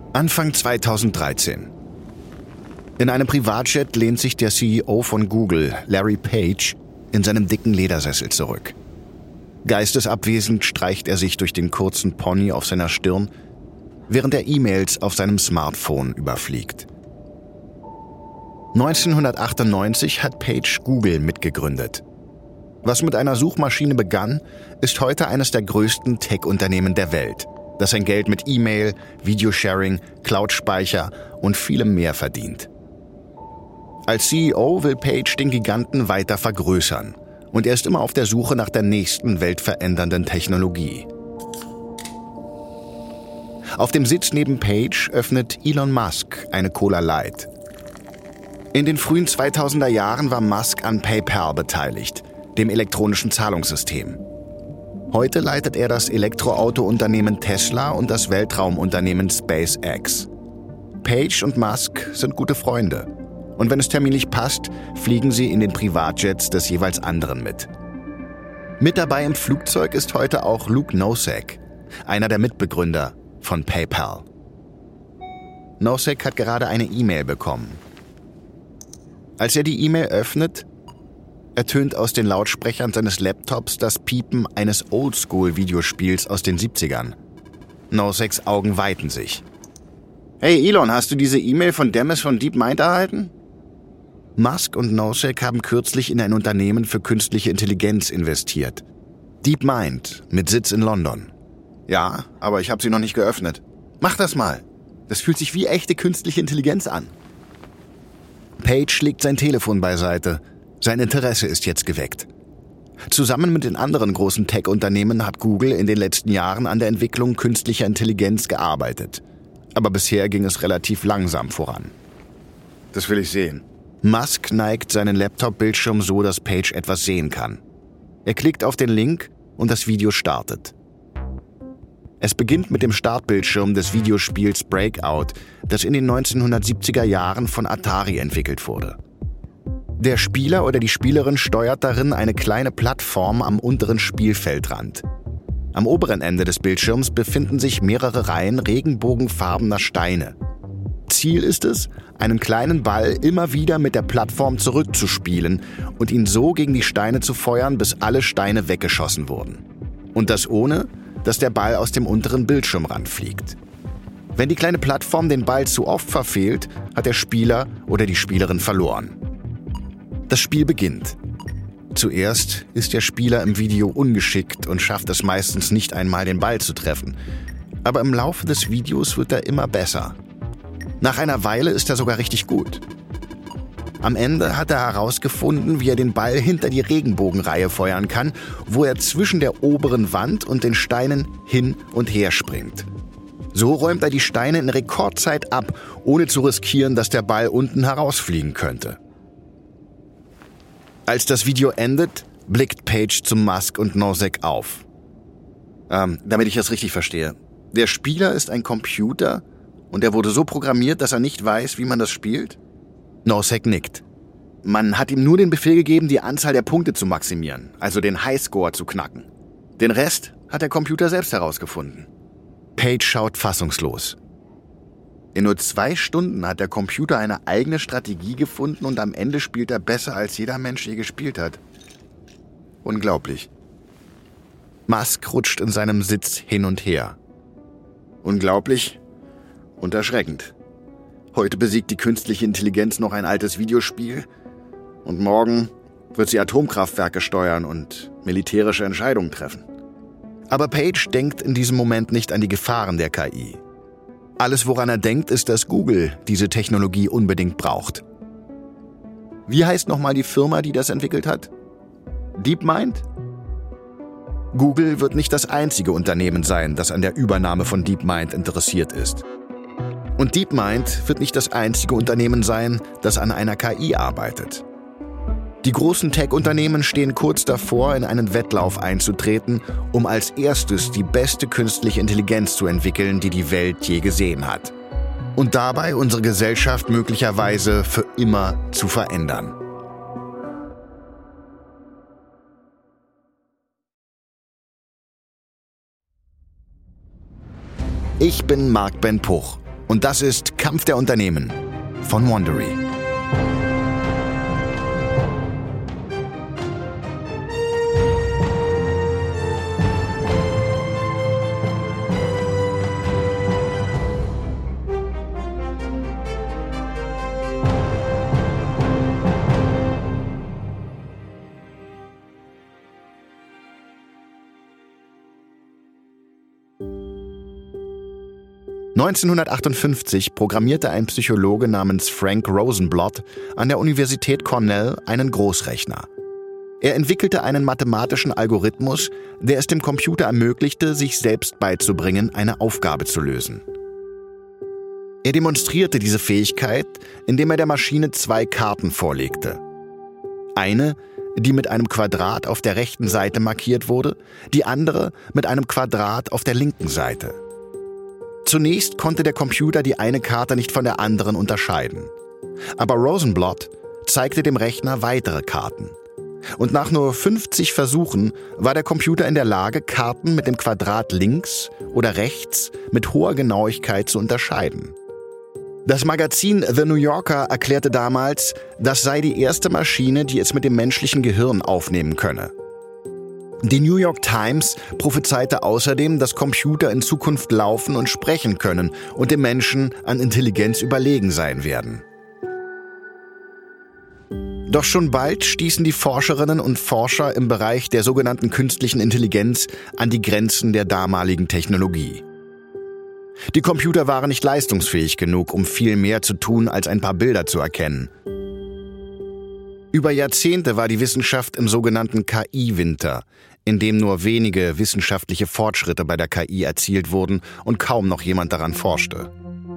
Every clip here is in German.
Anfang 2013. In einem Privatjet lehnt sich der CEO von Google, Larry Page, in seinem dicken Ledersessel zurück. Geistesabwesend streicht er sich durch den kurzen Pony auf seiner Stirn, während er E-Mails auf seinem Smartphone überfliegt. 1998 hat Page Google mitgegründet. Was mit einer Suchmaschine begann, ist heute eines der größten Tech-Unternehmen der Welt, das sein Geld mit E-Mail, Videosharing, Cloud-Speicher und vielem mehr verdient. Als CEO will Page den Giganten weiter vergrößern und er ist immer auf der Suche nach der nächsten weltverändernden Technologie. Auf dem Sitz neben Page öffnet Elon Musk eine Cola Light. In den frühen 2000er Jahren war Musk an PayPal beteiligt, dem elektronischen Zahlungssystem. Heute leitet er das Elektroauto-Unternehmen Tesla und das Weltraumunternehmen SpaceX. Page und Musk sind gute Freunde. Und wenn es terminlich passt, fliegen sie in den Privatjets des jeweils anderen mit. Mit dabei im Flugzeug ist heute auch Luke Nosek, einer der Mitbegründer von PayPal. Nosek hat gerade eine E-Mail bekommen. Als er die E-Mail öffnet, ertönt aus den Lautsprechern seines Laptops das Piepen eines Oldschool-Videospiels aus den 70ern. Noseks Augen weiten sich. »Hey Elon, hast du diese E-Mail von Demis von DeepMind erhalten?« Musk und Nosek haben kürzlich in ein Unternehmen für künstliche Intelligenz investiert. DeepMind, mit Sitz in London. »Ja, aber ich habe sie noch nicht geöffnet.« »Mach das mal. Das fühlt sich wie echte künstliche Intelligenz an.« Page legt sein Telefon beiseite. Sein Interesse ist jetzt geweckt. Zusammen mit den anderen großen Tech-Unternehmen hat Google in den letzten Jahren an der Entwicklung künstlicher Intelligenz gearbeitet. Aber bisher ging es relativ langsam voran. Das will ich sehen. Musk neigt seinen Laptop-Bildschirm so, dass Page etwas sehen kann. Er klickt auf den Link und das Video startet. Es beginnt mit dem Startbildschirm des Videospiels Breakout, das in den 1970er Jahren von Atari entwickelt wurde. Der Spieler oder die Spielerin steuert darin eine kleine Plattform am unteren Spielfeldrand. Am oberen Ende des Bildschirms befinden sich mehrere Reihen regenbogenfarbener Steine. Ziel ist es, einen kleinen Ball immer wieder mit der Plattform zurückzuspielen und ihn so gegen die Steine zu feuern, bis alle Steine weggeschossen wurden. Und das ohne, dass der Ball aus dem unteren Bildschirmrand fliegt. Wenn die kleine Plattform den Ball zu oft verfehlt, hat der Spieler oder die Spielerin verloren. Das Spiel beginnt. Zuerst ist der Spieler im Video ungeschickt und schafft es meistens nicht einmal, den Ball zu treffen. Aber im Laufe des Videos wird er immer besser. Nach einer Weile ist er sogar richtig gut. Am Ende hat er herausgefunden, wie er den Ball hinter die Regenbogenreihe feuern kann, wo er zwischen der oberen Wand und den Steinen hin und her springt. So räumt er die Steine in Rekordzeit ab, ohne zu riskieren, dass der Ball unten herausfliegen könnte. Als das Video endet, blickt Page zu Musk und Nosek auf. Damit ich das richtig verstehe. Der Spieler ist ein Computer und er wurde so programmiert, dass er nicht weiß, wie man das spielt? Nosek nickt. Man hat ihm nur den Befehl gegeben, die Anzahl der Punkte zu maximieren, also den Highscore zu knacken. Den Rest hat der Computer selbst herausgefunden. Page schaut fassungslos. In nur 2 Stunden hat der Computer eine eigene Strategie gefunden und am Ende spielt er besser, als jeder Mensch je gespielt hat. Unglaublich. Musk rutscht in seinem Sitz hin und her. Unglaublich und erschreckend. Heute besiegt die künstliche Intelligenz noch ein altes Videospiel und morgen wird sie Atomkraftwerke steuern und militärische Entscheidungen treffen. Aber Page denkt in diesem Moment nicht an die Gefahren der KI. Alles, woran er denkt, ist, dass Google diese Technologie unbedingt braucht. Wie heißt nochmal die Firma, die das entwickelt hat? DeepMind? Google wird nicht das einzige Unternehmen sein, das an der Übernahme von DeepMind interessiert ist. Und DeepMind wird nicht das einzige Unternehmen sein, das an einer KI arbeitet. Die großen Tech-Unternehmen stehen kurz davor, in einen Wettlauf einzutreten, um als erstes die beste künstliche Intelligenz zu entwickeln, die die Welt je gesehen hat. Und dabei unsere Gesellschaft möglicherweise für immer zu verändern. Ich bin Marc Ben Puch Und das ist Kampf der Unternehmen von Wondery. (1958) programmierte ein Psychologe namens Frank Rosenblatt an der Universität Cornell einen Großrechner. Er entwickelte einen mathematischen Algorithmus, der es dem Computer ermöglichte, sich selbst beizubringen, eine Aufgabe zu lösen. Er demonstrierte diese Fähigkeit, indem er der Maschine 2 Karten vorlegte. Eine, die mit einem Quadrat auf der rechten Seite markiert wurde, die andere mit einem Quadrat auf der linken Seite. Zunächst konnte der Computer die eine Karte nicht von der anderen unterscheiden. Aber Rosenblatt zeigte dem Rechner weitere Karten. Und nach nur 50 Versuchen war der Computer in der Lage, Karten mit dem Quadrat links oder rechts mit hoher Genauigkeit zu unterscheiden. Das Magazin The New Yorker erklärte damals, das sei die erste Maschine, die es mit dem menschlichen Gehirn aufnehmen könne. Die New York Times prophezeite außerdem, dass Computer in Zukunft laufen und sprechen können und dem Menschen an Intelligenz überlegen sein werden. Doch schon bald stießen die Forscherinnen und Forscher im Bereich der sogenannten künstlichen Intelligenz an die Grenzen der damaligen Technologie. Die Computer waren nicht leistungsfähig genug, um viel mehr zu tun, als ein paar Bilder zu erkennen. Über Jahrzehnte war die Wissenschaft im sogenannten KI-Winter, in dem nur wenige wissenschaftliche Fortschritte bei der KI erzielt wurden und kaum noch jemand daran forschte.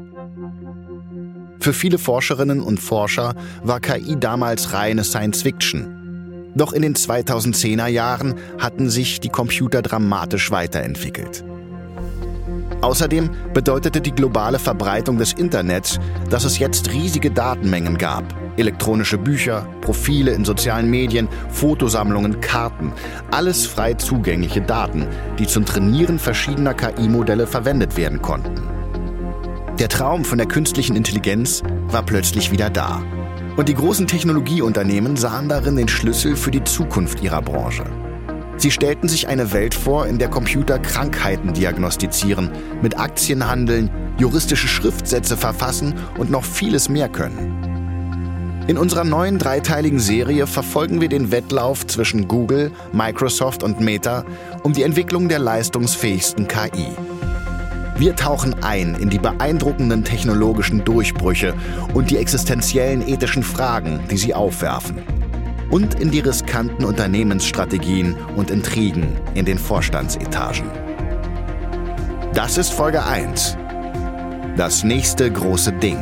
Für viele Forscherinnen und Forscher war KI damals reine Science-Fiction. Doch in den 2010er Jahren hatten sich die Computer dramatisch weiterentwickelt. Außerdem bedeutete die globale Verbreitung des Internets, dass es jetzt riesige Datenmengen gab. Elektronische Bücher, Profile in sozialen Medien, Fotosammlungen, Karten. Alles frei zugängliche Daten, die zum Trainieren verschiedener KI-Modelle verwendet werden konnten. Der Traum von der künstlichen Intelligenz war plötzlich wieder da. Und die großen Technologieunternehmen sahen darin den Schlüssel für die Zukunft ihrer Branche. Sie stellten sich eine Welt vor, in der Computer Krankheiten diagnostizieren, mit Aktien handeln, juristische Schriftsätze verfassen und noch vieles mehr können. In unserer neuen dreiteiligen Serie verfolgen wir den Wettlauf zwischen Google, Microsoft und Meta um die Entwicklung der leistungsfähigsten KI. Wir tauchen ein in die beeindruckenden technologischen Durchbrüche und die existenziellen ethischen Fragen, die sie aufwerfen. Und in die riskanten Unternehmensstrategien und Intrigen in den Vorstandsetagen. Das ist Folge 1. Das nächste große Ding.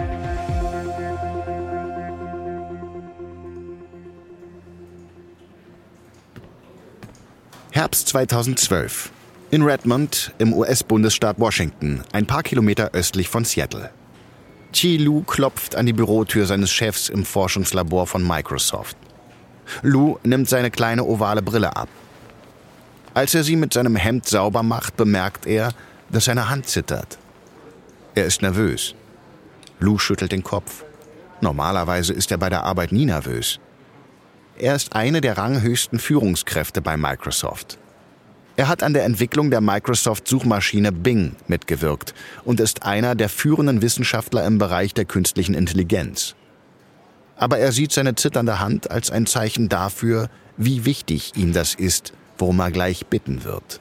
Herbst 2012. In Redmond im US-Bundesstaat Washington, ein paar Kilometer östlich von Seattle. Qi Lu klopft an die Bürotür seines Chefs im Forschungslabor von Microsoft. Lu nimmt seine kleine ovale Brille ab. Als er sie mit seinem Hemd sauber macht, bemerkt er, dass seine Hand zittert. Er ist nervös. Lu schüttelt den Kopf. Normalerweise ist er bei der Arbeit nie nervös. Er ist eine der ranghöchsten Führungskräfte bei Microsoft. Er hat an der Entwicklung der Microsoft-Suchmaschine Bing mitgewirkt und ist einer der führenden Wissenschaftler im Bereich der künstlichen Intelligenz. Aber er sieht seine zitternde Hand als ein Zeichen dafür, wie wichtig ihm das ist, worum er gleich bitten wird.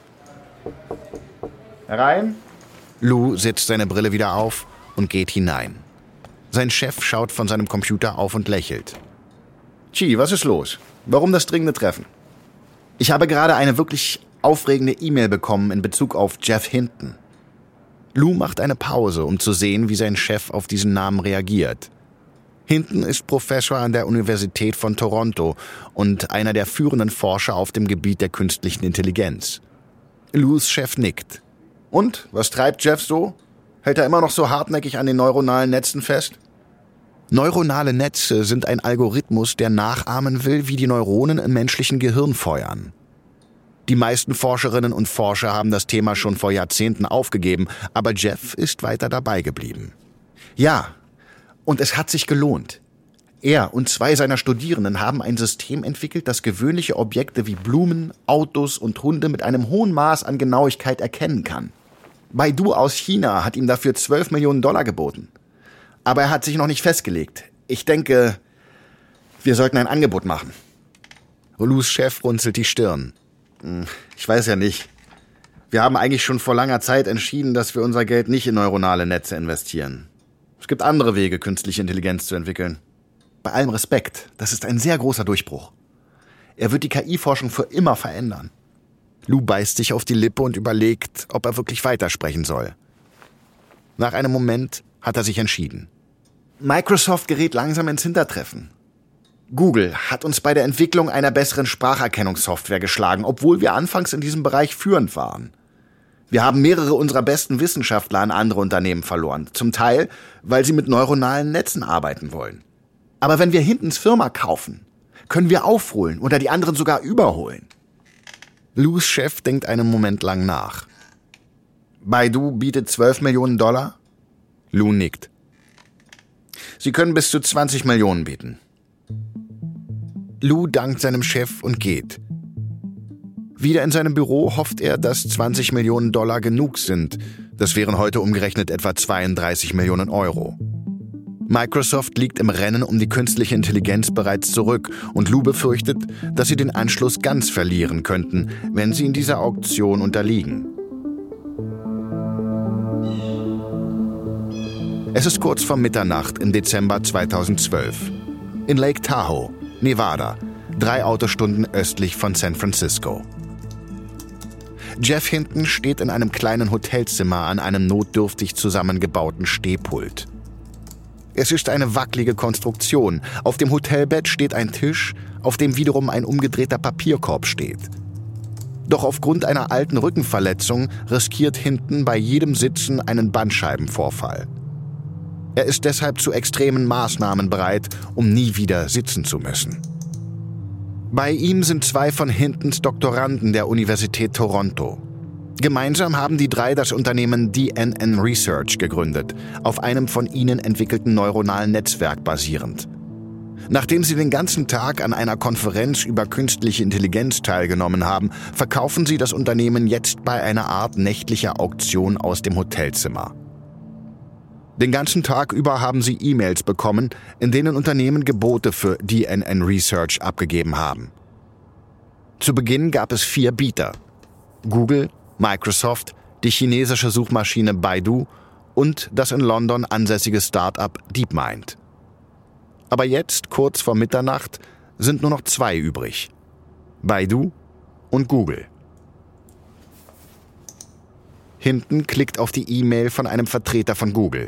Herein? Lu setzt seine Brille wieder auf und geht hinein. Sein Chef schaut von seinem Computer auf und lächelt. Qi, was ist los? Warum das dringende Treffen? Ich habe gerade eine wirklich aufregende E-Mail bekommen in Bezug auf Geoff Hinton. Lu macht eine Pause, um zu sehen, wie sein Chef auf diesen Namen reagiert. Hinton ist Professor an der Universität von Toronto und einer der führenden Forscher auf dem Gebiet der künstlichen Intelligenz. Lus Chef nickt. Und, was treibt Geoff so? Hält er immer noch so hartnäckig an den neuronalen Netzen fest? Neuronale Netze sind ein Algorithmus, der nachahmen will, wie die Neuronen im menschlichen Gehirn feuern. Die meisten Forscherinnen und Forscher haben das Thema schon vor Jahrzehnten aufgegeben, aber Jeff ist weiter dabei geblieben. Ja, und es hat sich gelohnt. Er und 2 seiner Studierenden haben ein System entwickelt, das gewöhnliche Objekte wie Blumen, Autos und Hunde mit einem hohen Maß an Genauigkeit erkennen kann. Baidu aus China hat ihm dafür $12 Millionen geboten. Aber er hat sich noch nicht festgelegt. Ich denke, wir sollten ein Angebot machen. Lus Chef runzelt die Stirn. Ich weiß ja nicht. Wir haben eigentlich schon vor langer Zeit entschieden, dass wir unser Geld nicht in neuronale Netze investieren. Es gibt andere Wege, künstliche Intelligenz zu entwickeln. Bei allem Respekt, das ist ein sehr großer Durchbruch. Er wird die KI-Forschung für immer verändern. Lu beißt sich auf die Lippe und überlegt, ob er wirklich weitersprechen soll. Nach einem Moment hat er sich entschieden. Microsoft gerät langsam ins Hintertreffen. Google hat uns bei der Entwicklung einer besseren Spracherkennungssoftware geschlagen, obwohl wir anfangs in diesem Bereich führend waren. Wir haben mehrere unserer besten Wissenschaftler an andere Unternehmen verloren, zum Teil, weil sie mit neuronalen Netzen arbeiten wollen. Aber wenn wir Hintons Firma kaufen, können wir aufholen oder die anderen sogar überholen. Lus Chef denkt einen Moment lang nach. Baidu bietet $12 Millionen? Lu nickt. Sie können bis zu 20 Millionen bieten. Lu dankt seinem Chef und geht. Wieder in seinem Büro hofft er, dass $20 Millionen genug sind. Das wären heute umgerechnet etwa 32 Millionen Euro. Microsoft liegt im Rennen um die künstliche Intelligenz bereits zurück und Lu befürchtet, dass sie den Anschluss ganz verlieren könnten, wenn sie in dieser Auktion unterliegen. Es ist kurz vor Mitternacht im Dezember 2012. In Lake Tahoe, Nevada, 3 Autostunden östlich von San Francisco. Jeff Hinton steht in einem kleinen Hotelzimmer an einem notdürftig zusammengebauten Stehpult. Es ist eine wackelige Konstruktion. Auf dem Hotelbett steht ein Tisch, auf dem wiederum ein umgedrehter Papierkorb steht. Doch aufgrund einer alten Rückenverletzung riskiert Hinton bei jedem Sitzen einen Bandscheibenvorfall. Er ist deshalb zu extremen Maßnahmen bereit, um nie wieder sitzen zu müssen. Bei ihm sind 2 von Hintons Doktoranden der Universität Toronto. Gemeinsam haben die 3 das Unternehmen DNN Research gegründet, auf einem von ihnen entwickelten neuronalen Netzwerk basierend. Nachdem sie den ganzen Tag an einer Konferenz über künstliche Intelligenz teilgenommen haben, verkaufen sie das Unternehmen jetzt bei einer Art nächtlicher Auktion aus dem Hotelzimmer. Den ganzen Tag über haben sie E-Mails bekommen, in denen Unternehmen Gebote für DNN Research abgegeben haben. Zu Beginn gab es 4 Bieter: Google, Microsoft, die chinesische Suchmaschine Baidu und das in London ansässige Start-up DeepMind. Aber jetzt, kurz vor Mitternacht, sind nur noch 2 übrig: Baidu und Google. Hinton klickt auf die E-Mail von einem Vertreter von Google.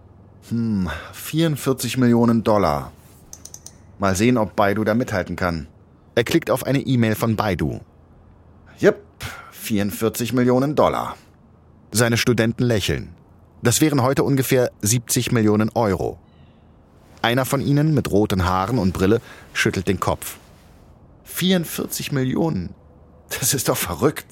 44 Millionen $. Mal sehen, ob Baidu da mithalten kann. Er klickt auf eine E-Mail von Baidu. Jep, 44 Millionen $. Seine Studenten lächeln. Das wären heute ungefähr 70 Millionen Euro. Einer von ihnen mit roten Haaren und Brille schüttelt den Kopf. 44 Millionen? Das ist doch verrückt.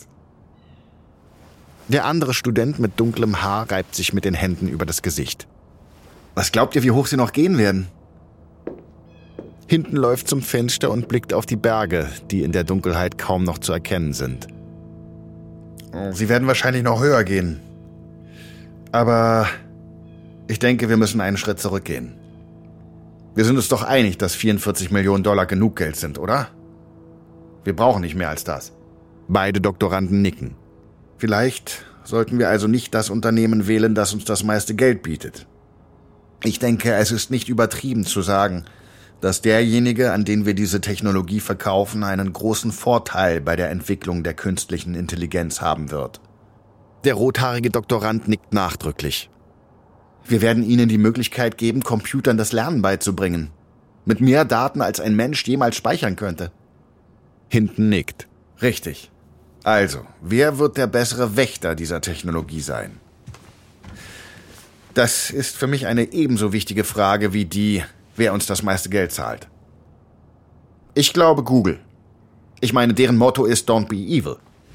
Der andere Student mit dunklem Haar reibt sich mit den Händen über das Gesicht. Was glaubt ihr, wie hoch sie noch gehen werden? Hinton läuft zum Fenster und blickt auf die Berge, die in der Dunkelheit kaum noch zu erkennen sind. Sie werden wahrscheinlich noch höher gehen. Aber ich denke, wir müssen einen Schritt zurückgehen. Wir sind uns doch einig, dass 44 Millionen $ genug Geld sind, oder? Wir brauchen nicht mehr als das. Beide Doktoranden nicken. Vielleicht sollten wir also nicht das Unternehmen wählen, das uns das meiste Geld bietet. Ich denke, es ist nicht übertrieben zu sagen, dass derjenige, an den wir diese Technologie verkaufen, einen großen Vorteil bei der Entwicklung der künstlichen Intelligenz haben wird. Der rothaarige Doktorand nickt nachdrücklich. Wir werden ihnen die Möglichkeit geben, Computern das Lernen beizubringen. Mit mehr Daten, als ein Mensch jemals speichern könnte. Hinton nickt. Richtig. Also, wer wird der bessere Wächter dieser Technologie sein? Das ist für mich eine ebenso wichtige Frage wie die, wer uns das meiste Geld zahlt. Ich glaube Google. Ich meine, deren Motto ist Don't be evil.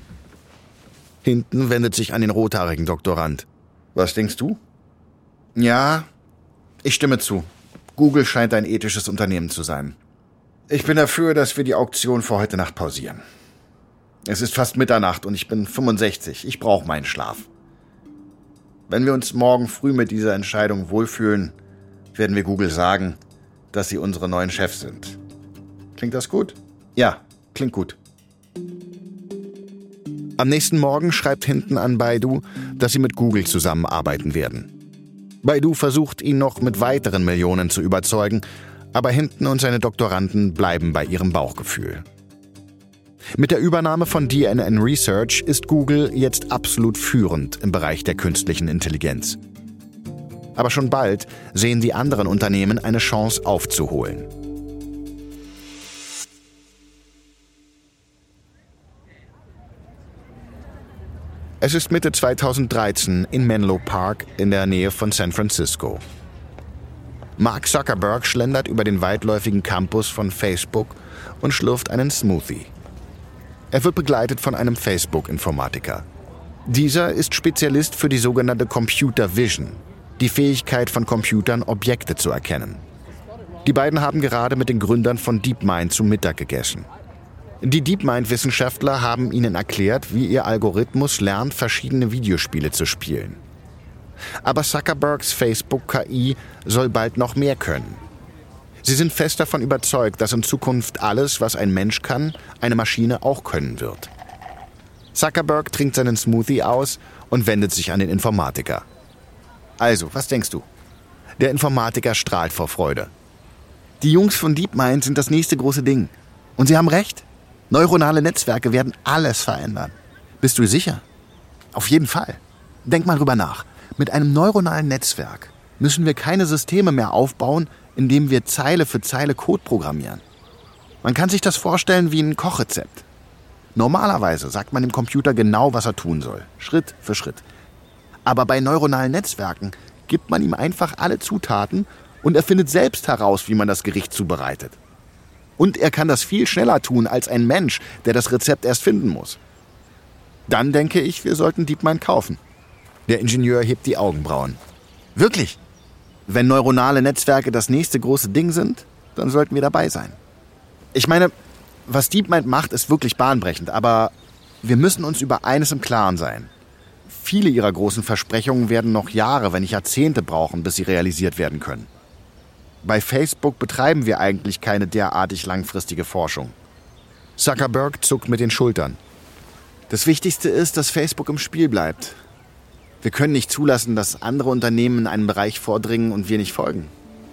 Hinton wendet sich an den rothaarigen Doktorand. Was denkst du? Ja, ich stimme zu. Google scheint ein ethisches Unternehmen zu sein. Ich bin dafür, dass wir die Auktion für heute Nacht pausieren. Es ist fast Mitternacht und ich bin 65. Ich brauche meinen Schlaf. Wenn wir uns morgen früh mit dieser Entscheidung wohlfühlen, werden wir Google sagen, dass sie unsere neuen Chefs sind. Klingt das gut? Ja, klingt gut. Am nächsten Morgen schreibt Hinton an Baidu, dass sie mit Google zusammenarbeiten werden. Baidu versucht, ihn noch mit weiteren Millionen zu überzeugen, aber Hinton und seine Doktoranden bleiben bei ihrem Bauchgefühl. Mit der Übernahme von DNN Research ist Google jetzt absolut führend im Bereich der künstlichen Intelligenz. Aber schon bald sehen die anderen Unternehmen eine Chance aufzuholen. Es ist Mitte 2013 in Menlo Park in der Nähe von San Francisco. Mark Zuckerberg schlendert über den weitläufigen Campus von Facebook und schlürft einen Smoothie. Er wird begleitet von einem Facebook-Informatiker. Dieser ist Spezialist für die sogenannte Computer Vision, die Fähigkeit von Computern, Objekte zu erkennen. Die beiden haben gerade mit den Gründern von DeepMind zu Mittag gegessen. Die DeepMind-Wissenschaftler haben ihnen erklärt, wie ihr Algorithmus lernt, verschiedene Videospiele zu spielen. Aber Zuckerbergs Facebook-KI soll bald noch mehr können. Sie sind fest davon überzeugt, dass in Zukunft alles, was ein Mensch kann, eine Maschine auch können wird. Zuckerberg trinkt seinen Smoothie aus und wendet sich an den Informatiker. Also, was denkst du? Der Informatiker strahlt vor Freude. Die Jungs von DeepMind sind das nächste große Ding. Und sie haben recht. Neuronale Netzwerke werden alles verändern. Bist du sicher? Auf jeden Fall. Denk mal drüber nach. Mit einem neuronalen Netzwerk müssen wir keine Systeme mehr aufbauen, indem wir Zeile für Zeile Code programmieren. Man kann sich das vorstellen wie ein Kochrezept. Normalerweise sagt man dem Computer genau, was er tun soll, Schritt für Schritt. Aber bei neuronalen Netzwerken gibt man ihm einfach alle Zutaten und er findet selbst heraus, wie man das Gericht zubereitet. Und er kann das viel schneller tun als ein Mensch, der das Rezept erst finden muss. Dann denke ich, wir sollten DeepMind kaufen. Der Ingenieur hebt die Augenbrauen. Wirklich? Wenn neuronale Netzwerke das nächste große Ding sind, dann sollten wir dabei sein. Ich meine, was DeepMind macht, ist wirklich bahnbrechend, aber wir müssen uns über eines im Klaren sein. Viele ihrer großen Versprechungen werden noch Jahre, wenn nicht Jahrzehnte brauchen, bis sie realisiert werden können. Bei Facebook betreiben wir eigentlich keine derartig langfristige Forschung. Zuckerberg zuckt mit den Schultern. Das Wichtigste ist, dass Facebook im Spiel bleibt. Wir können nicht zulassen, dass andere Unternehmen in einen Bereich vordringen und wir nicht folgen.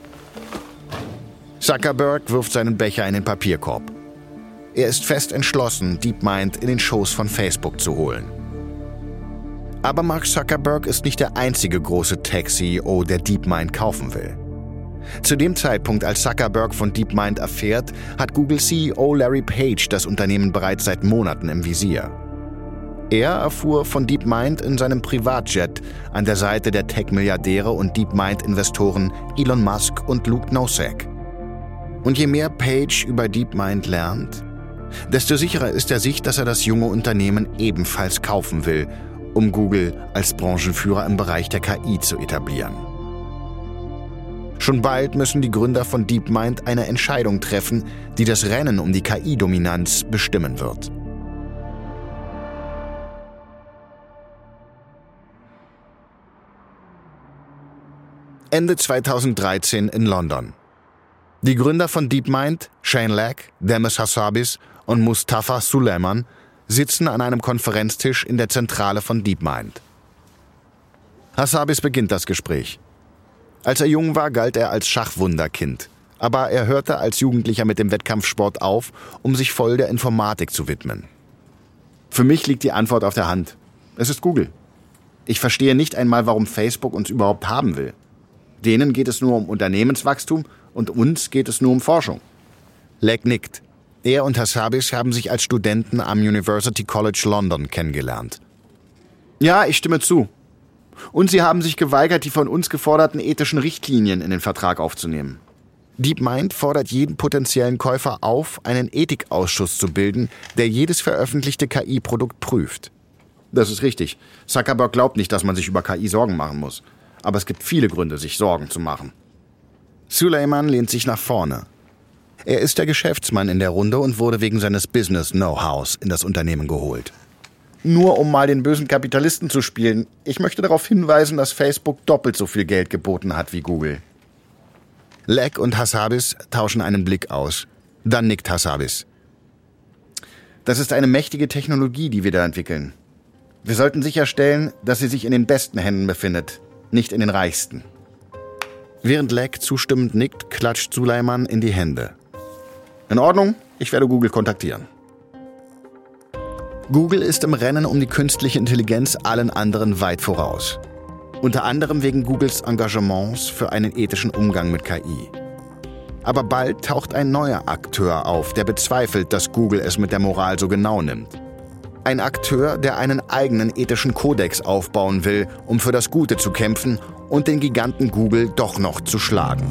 Zuckerberg wirft seinen Becher in den Papierkorb. Er ist fest entschlossen, DeepMind in den Schoß von Facebook zu holen. Aber Mark Zuckerberg ist nicht der einzige große Tech-CEO, der DeepMind kaufen will. Zu dem Zeitpunkt, als Zuckerberg von DeepMind erfährt, hat Google-CEO Larry Page das Unternehmen bereits seit Monaten im Visier. Er erfuhr von DeepMind in seinem Privatjet an der Seite der Tech-Milliardäre und DeepMind-Investoren Elon Musk und Luke Nosek. Und je mehr Page über DeepMind lernt, desto sicherer ist er sich, dass er das junge Unternehmen ebenfalls kaufen will, um Google als Branchenführer im Bereich der KI zu etablieren. Schon bald müssen die Gründer von DeepMind eine Entscheidung treffen, die das Rennen um die KI-Dominanz bestimmen wird. Ende 2013 in London. Die Gründer von DeepMind, Shane Lack, Demis Hassabis und Mustafa Suleyman, sitzen an einem Konferenztisch in der Zentrale von DeepMind. Hassabis beginnt das Gespräch. Als er jung war, galt er als Schachwunderkind. Aber er hörte als Jugendlicher mit dem Wettkampfsport auf, um sich voll der Informatik zu widmen. Für mich liegt die Antwort auf der Hand. Es ist Google. Ich verstehe nicht einmal, warum Facebook uns überhaupt haben will. Denen geht es nur um Unternehmenswachstum und uns geht es nur um Forschung. Lack nickt. Er und Hassabis haben sich als Studenten am University College London kennengelernt. Ja, ich stimme zu. Und sie haben sich geweigert, die von uns geforderten ethischen Richtlinien in den Vertrag aufzunehmen. DeepMind fordert jeden potenziellen Käufer auf, einen Ethikausschuss zu bilden, der jedes veröffentlichte KI-Produkt prüft. Das ist richtig. Zuckerberg glaubt nicht, dass man sich über KI Sorgen machen muss. Aber es gibt viele Gründe, sich Sorgen zu machen. Suleiman lehnt sich nach vorne. Er ist der Geschäftsmann in der Runde und wurde wegen seines Business-Know-hows in das Unternehmen geholt. Nur um mal den bösen Kapitalisten zu spielen, ich möchte darauf hinweisen, dass Facebook doppelt so viel Geld geboten hat wie Google. Leck und Hassabis tauschen einen Blick aus. Dann nickt Hassabis. Das ist eine mächtige Technologie, die wir da entwickeln. Wir sollten sicherstellen, dass sie sich in den besten Händen befindet, nicht in den reichsten. Während Leck zustimmend nickt, klatscht Suleiman in die Hände. In Ordnung, ich werde Google kontaktieren. Google ist im Rennen um die künstliche Intelligenz allen anderen weit voraus. Unter anderem wegen Googles Engagements für einen ethischen Umgang mit KI. Aber bald taucht ein neuer Akteur auf, der bezweifelt, dass Google es mit der Moral so genau nimmt. Ein Akteur, der einen eigenen ethischen Kodex aufbauen will, um für das Gute zu kämpfen und den Giganten Google doch noch zu schlagen.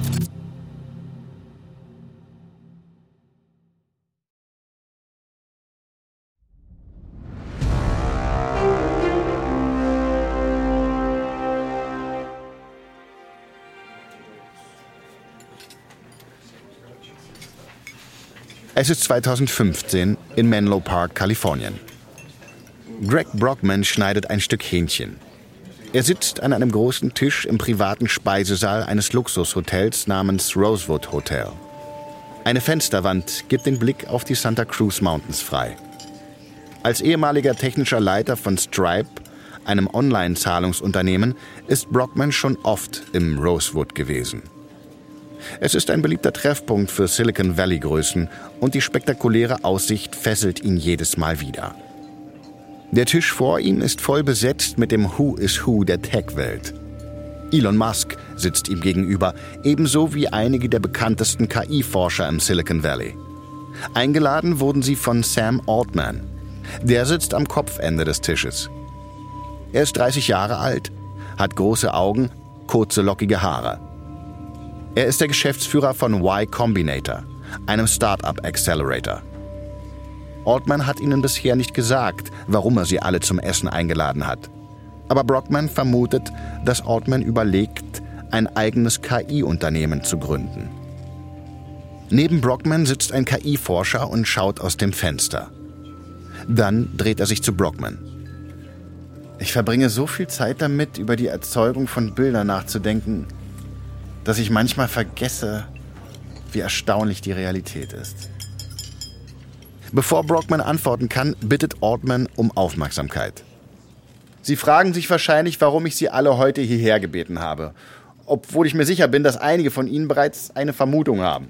Es ist 2015 in Menlo Park, Kalifornien. Greg Brockman schneidet ein Stück Hähnchen. Er sitzt an einem großen Tisch im privaten Speisesaal eines Luxushotels namens Rosewood Hotel. Eine Fensterwand gibt den Blick auf die Santa Cruz Mountains frei. Als ehemaliger technischer Leiter von Stripe, einem Online-Zahlungsunternehmen, ist Brockman schon oft im Rosewood gewesen. Es ist ein beliebter Treffpunkt für Silicon Valley-Größen und die spektakuläre Aussicht fesselt ihn jedes Mal wieder. Der Tisch vor ihm ist voll besetzt mit dem Who is Who der Tech-Welt. Elon Musk sitzt ihm gegenüber, ebenso wie einige der bekanntesten KI-Forscher im Silicon Valley. Eingeladen wurden sie von Sam Altman. Der sitzt am Kopfende des Tisches. Er ist 30 Jahre alt, hat große Augen, kurze lockige Haare. Er ist der Geschäftsführer von Y Combinator, einem Startup-Accelerator. Altman hat ihnen bisher nicht gesagt, warum er sie alle zum Essen eingeladen hat. Aber Brockman vermutet, dass Altman überlegt, ein eigenes KI-Unternehmen zu gründen. Neben Brockman sitzt ein KI-Forscher und schaut aus dem Fenster. Dann dreht er sich zu Brockman. Ich verbringe so viel Zeit damit, über die Erzeugung von Bildern nachzudenken, dass ich manchmal vergesse, wie erstaunlich die Realität ist. Bevor Brockman antworten kann, bittet Altman um Aufmerksamkeit. Sie fragen sich wahrscheinlich, warum ich Sie alle heute hierher gebeten habe, obwohl ich mir sicher bin, dass einige von Ihnen bereits eine Vermutung haben.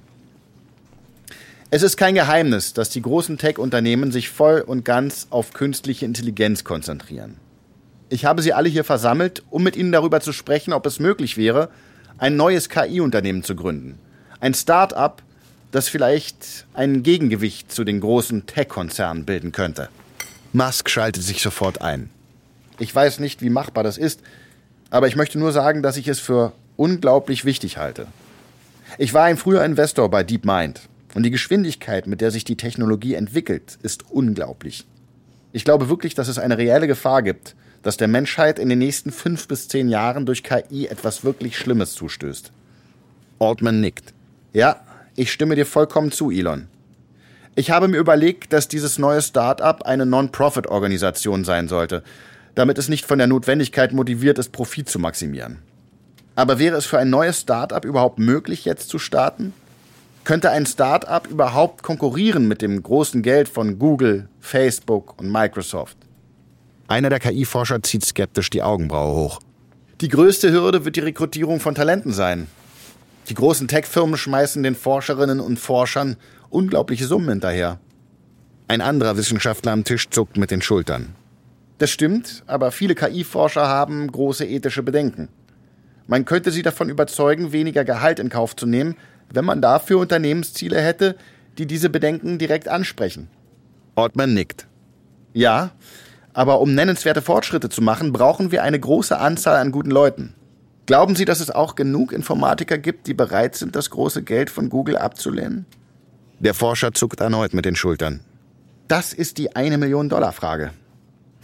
Es ist kein Geheimnis, dass die großen Tech-Unternehmen sich voll und ganz auf künstliche Intelligenz konzentrieren. Ich habe Sie alle hier versammelt, um mit Ihnen darüber zu sprechen, ob es möglich wäre, ein neues KI-Unternehmen zu gründen. Ein Start-up, das vielleicht ein Gegengewicht zu den großen Tech-Konzernen bilden könnte. Musk schaltet sich sofort ein. Ich weiß nicht, wie machbar das ist, aber ich möchte nur sagen, dass ich es für unglaublich wichtig halte. Ich war ein früher Investor bei DeepMind und die Geschwindigkeit, mit der sich die Technologie entwickelt, ist unglaublich. Ich glaube wirklich, dass es eine reelle Gefahr gibt, dass der Menschheit in den nächsten 5 bis 10 Jahren durch KI etwas wirklich Schlimmes zustößt. Altman nickt. Ja, ich stimme dir vollkommen zu, Elon. Ich habe mir überlegt, dass dieses neue Start-up eine Non-Profit-Organisation sein sollte, damit es nicht von der Notwendigkeit motiviert ist, Profit zu maximieren. Aber wäre es für ein neues Start-up überhaupt möglich, jetzt zu starten? Könnte ein Start-up überhaupt konkurrieren mit dem großen Geld von Google, Facebook und Microsoft? Einer der KI-Forscher zieht skeptisch die Augenbraue hoch. Die größte Hürde wird die Rekrutierung von Talenten sein. Die großen Tech-Firmen schmeißen den Forscherinnen und Forschern unglaubliche Summen hinterher. Ein anderer Wissenschaftler am Tisch zuckt mit den Schultern. Das stimmt, aber viele KI-Forscher haben große ethische Bedenken. Man könnte sie davon überzeugen, weniger Gehalt in Kauf zu nehmen, wenn man dafür Unternehmensziele hätte, die diese Bedenken direkt ansprechen. Altman nickt. Ja, aber um nennenswerte Fortschritte zu machen, brauchen wir eine große Anzahl an guten Leuten. Glauben Sie, dass es auch genug Informatiker gibt, die bereit sind, das große Geld von Google abzulehnen? Der Forscher zuckt erneut mit den Schultern. Das ist die $1 Million-Frage.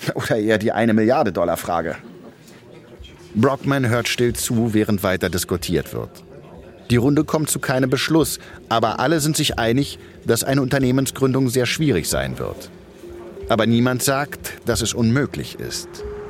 Oder eher die $1-Milliarde-Frage. Brockman hört still zu, während weiter diskutiert wird. Die Runde kommt zu keinem Beschluss, aber alle sind sich einig, dass eine Unternehmensgründung sehr schwierig sein wird. Aber niemand sagt, dass es unmöglich ist.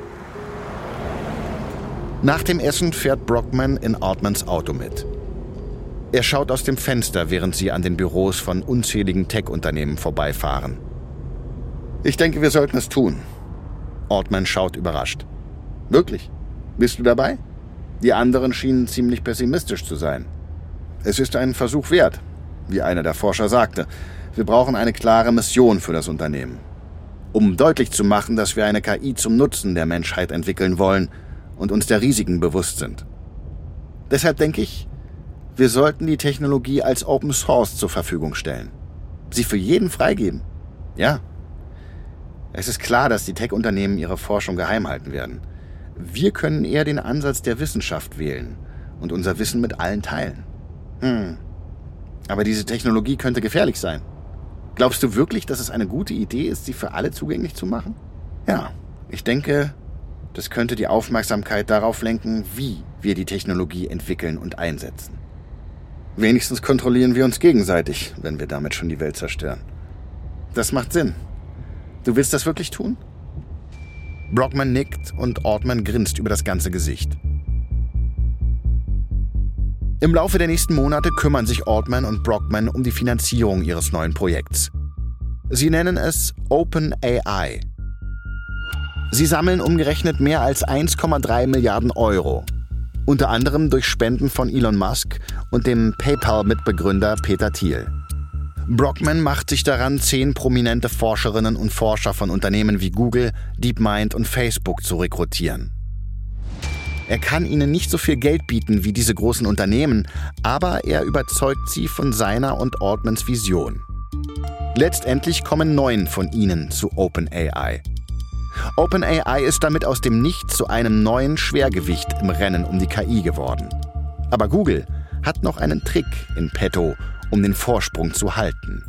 Nach dem Essen fährt Brockman in Altmans Auto mit. Er schaut aus dem Fenster, während sie an den Büros von unzähligen Tech-Unternehmen vorbeifahren. Ich denke, wir sollten es tun. Altman schaut überrascht. Wirklich? Bist du dabei? Die anderen schienen ziemlich pessimistisch zu sein. Es ist ein Versuch wert, wie einer der Forscher sagte. Wir brauchen eine klare Mission für das Unternehmen. Um deutlich zu machen, dass wir eine KI zum Nutzen der Menschheit entwickeln wollen und uns der Risiken bewusst sind. Deshalb denke ich, wir sollten die Technologie als Open Source zur Verfügung stellen. Sie für jeden freigeben. Ja. Es ist klar, dass die Tech-Unternehmen ihre Forschung geheim halten werden. Wir können eher den Ansatz der Wissenschaft wählen und unser Wissen mit allen teilen. Aber diese Technologie könnte gefährlich sein. Glaubst du wirklich, dass es eine gute Idee ist, sie für alle zugänglich zu machen? Ja, ich denke, das könnte die Aufmerksamkeit darauf lenken, wie wir die Technologie entwickeln und einsetzen. Wenigstens kontrollieren wir uns gegenseitig, wenn wir damit schon die Welt zerstören. Das macht Sinn. Du willst das wirklich tun? Brockman nickt und Altman grinst über das ganze Gesicht. Im Laufe der nächsten Monate kümmern sich Altman und Brockman um die Finanzierung ihres neuen Projekts. Sie nennen es OpenAI. Sie sammeln umgerechnet mehr als 1,3 Milliarden Euro. Unter anderem durch Spenden von Elon Musk und dem PayPal-Mitbegründer Peter Thiel. Brockman macht sich daran, 10 prominente Forscherinnen und Forscher von Unternehmen wie Google, DeepMind und Facebook zu rekrutieren. Er kann ihnen nicht so viel Geld bieten wie diese großen Unternehmen, aber er überzeugt sie von seiner und Altmans Vision. Letztendlich kommen 9 von ihnen zu OpenAI. OpenAI ist damit aus dem Nichts zu einem neuen Schwergewicht im Rennen um die KI geworden. Aber Google hat noch einen Trick in petto, um den Vorsprung zu halten.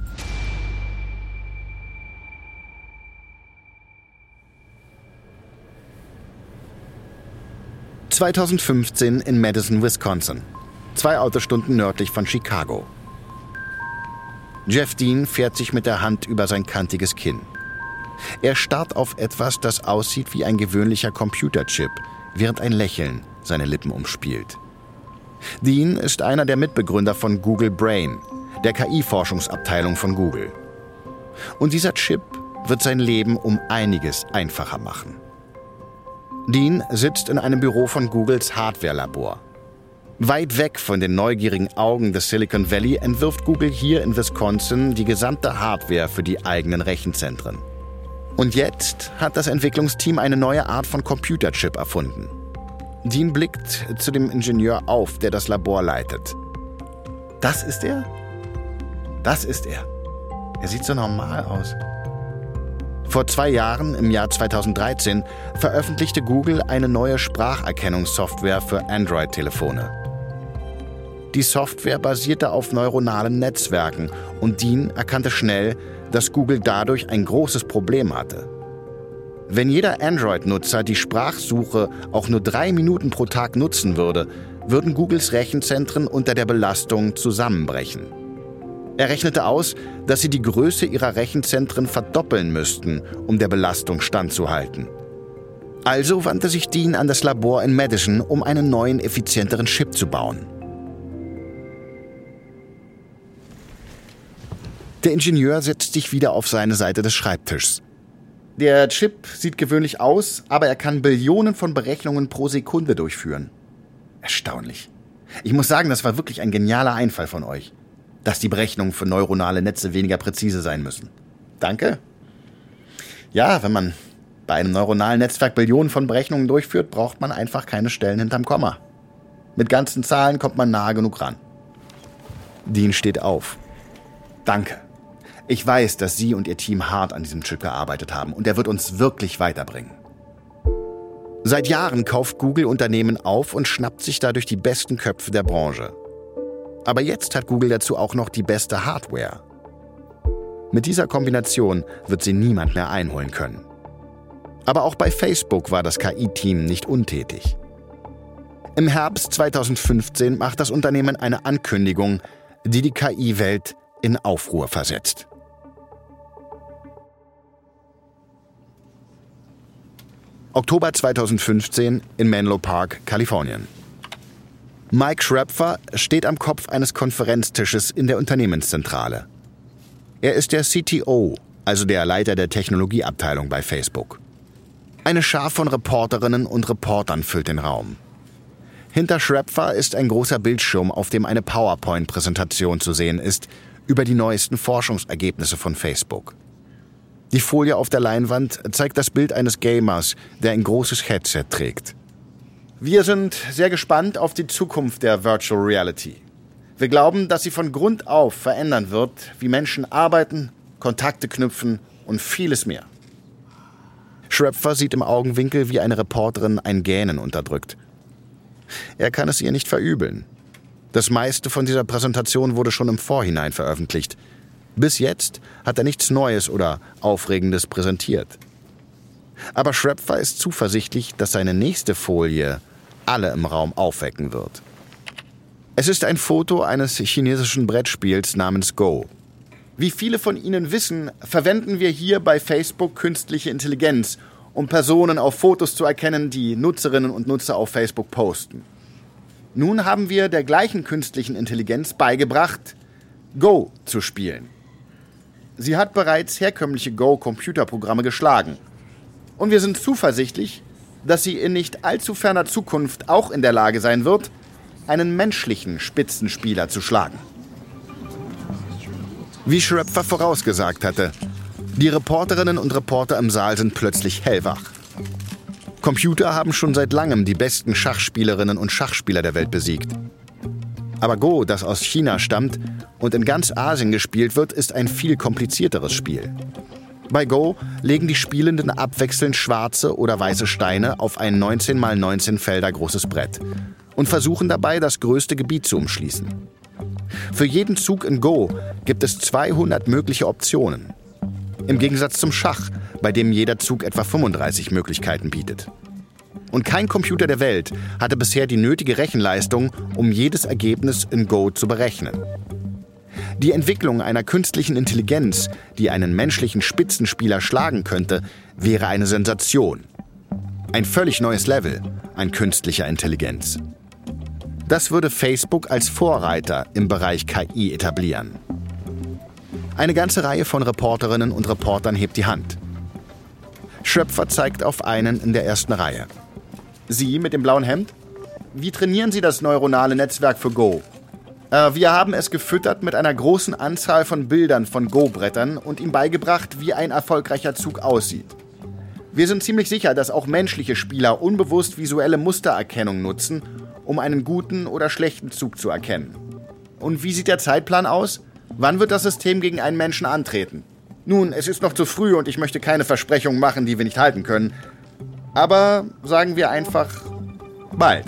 (2015) in Madison, Wisconsin, 2 Autostunden nördlich von Chicago. Jeff Dean fährt sich mit der Hand über sein kantiges Kinn. Er starrt auf etwas, das aussieht wie ein gewöhnlicher Computerchip, während ein Lächeln seine Lippen umspielt. Dean ist einer der Mitbegründer von Google Brain, der KI-Forschungsabteilung von Google. Und dieser Chip wird sein Leben um einiges einfacher machen. Dean sitzt in einem Büro von Googles Hardware-Labor. Weit weg von den neugierigen Augen des Silicon Valley entwirft Google hier in Wisconsin die gesamte Hardware für die eigenen Rechenzentren. Und jetzt hat das Entwicklungsteam eine neue Art von Computerchip erfunden. Dean blickt zu dem Ingenieur auf, der das Labor leitet. Das ist er? Das ist er. Er sieht so normal aus. Vor 2 Jahren, im Jahr 2013, veröffentlichte Google eine neue Spracherkennungssoftware für Android-Telefone. Die Software basierte auf neuronalen Netzwerken und Dean erkannte schnell, dass Google dadurch ein großes Problem hatte. Wenn jeder Android-Nutzer die Sprachsuche auch nur 3 Minuten pro Tag nutzen würde, würden Googles Rechenzentren unter der Belastung zusammenbrechen. Er rechnete aus, dass sie die Größe ihrer Rechenzentren verdoppeln müssten, um der Belastung standzuhalten. Also wandte sich Dean an das Labor in Madison, um einen neuen, effizienteren Chip zu bauen. Der Ingenieur setzt sich wieder auf seine Seite des Schreibtischs. Der Chip sieht gewöhnlich aus, aber er kann Billionen von Berechnungen pro Sekunde durchführen. Erstaunlich. Ich muss sagen, das war wirklich ein genialer Einfall von euch, dass die Berechnungen für neuronale Netze weniger präzise sein müssen. Danke. Ja, wenn man bei einem neuronalen Netzwerk Billionen von Berechnungen durchführt, braucht man einfach keine Stellen hinterm Komma. Mit ganzen Zahlen kommt man nahe genug ran. Dean steht auf. Danke. Ich weiß, dass Sie und Ihr Team hart an diesem Chip gearbeitet haben und er wird uns wirklich weiterbringen. Seit Jahren kauft Google Unternehmen auf und schnappt sich dadurch die besten Köpfe der Branche. Aber jetzt hat Google dazu auch noch die beste Hardware. Mit dieser Kombination wird sie niemand mehr einholen können. Aber auch bei Facebook war das KI-Team nicht untätig. Im Herbst 2015 macht das Unternehmen eine Ankündigung, die die KI-Welt in Aufruhr versetzt. Oktober 2015 in Menlo Park, Kalifornien. Mike Schrepfer steht am Kopf eines Konferenztisches in der Unternehmenszentrale. Er ist der CTO, also der Leiter der Technologieabteilung bei Facebook. Eine Schar von Reporterinnen und Reportern füllt den Raum. Hinter Schrepfer ist ein großer Bildschirm, auf dem eine PowerPoint-Präsentation zu sehen ist über die neuesten Forschungsergebnisse von Facebook. Die Folie auf der Leinwand zeigt das Bild eines Gamers, der ein großes Headset trägt. Wir sind sehr gespannt auf die Zukunft der Virtual Reality. Wir glauben, dass sie von Grund auf verändern wird, wie Menschen arbeiten, Kontakte knüpfen und vieles mehr. Schrepfer sieht im Augenwinkel, wie eine Reporterin ein Gähnen unterdrückt. Er kann es ihr nicht verübeln. Das meiste von dieser Präsentation wurde schon im Vorhinein veröffentlicht. Bis jetzt hat er nichts Neues oder Aufregendes präsentiert. Aber Schrepfer ist zuversichtlich, dass seine nächste Folie alle im Raum aufwecken wird. Es ist ein Foto eines chinesischen Brettspiels namens Go. Wie viele von Ihnen wissen, verwenden wir hier bei Facebook künstliche Intelligenz, um Personen auf Fotos zu erkennen, die Nutzerinnen und Nutzer auf Facebook posten. Nun haben wir der gleichen künstlichen Intelligenz beigebracht, Go zu spielen. Sie hat bereits herkömmliche Go-Computerprogramme geschlagen. Und wir sind zuversichtlich, dass sie in nicht allzu ferner Zukunft auch in der Lage sein wird, einen menschlichen Spitzenspieler zu schlagen. Wie Schrepfer vorausgesagt hatte, die Reporterinnen und Reporter im Saal sind plötzlich hellwach. Computer haben schon seit langem die besten Schachspielerinnen und Schachspieler der Welt besiegt. Aber Go, das aus China stammt und in ganz Asien gespielt wird, ist ein viel komplizierteres Spiel. Bei Go legen die Spielenden abwechselnd schwarze oder weiße Steine auf ein 19×19 Felder großes Brett und versuchen dabei, das größte Gebiet zu umschließen. Für jeden Zug in Go gibt es 200 mögliche Optionen. Im Gegensatz zum Schach, bei dem jeder Zug etwa 35 Möglichkeiten bietet. Und kein Computer der Welt hatte bisher die nötige Rechenleistung, um jedes Ergebnis in Go zu berechnen. Die Entwicklung einer künstlichen Intelligenz, die einen menschlichen Spitzenspieler schlagen könnte, wäre eine Sensation. Ein völlig neues Level an künstlicher Intelligenz. Das würde Facebook als Vorreiter im Bereich KI etablieren. Eine ganze Reihe von Reporterinnen und Reportern hebt die Hand. Schrepfer zeigt auf einen in der ersten Reihe. Sie mit dem blauen Hemd? Wie trainieren Sie das neuronale Netzwerk für Go? Wir haben es gefüttert mit einer großen Anzahl von Bildern von Go-Brettern und ihm beigebracht, wie ein erfolgreicher Zug aussieht. Wir sind ziemlich sicher, dass auch menschliche Spieler unbewusst visuelle Mustererkennung nutzen, um einen guten oder schlechten Zug zu erkennen. Und wie sieht der Zeitplan aus? Wann wird das System gegen einen Menschen antreten? Nun, es ist noch zu früh und ich möchte keine Versprechungen machen, die wir nicht halten können. Aber sagen wir einfach, bald.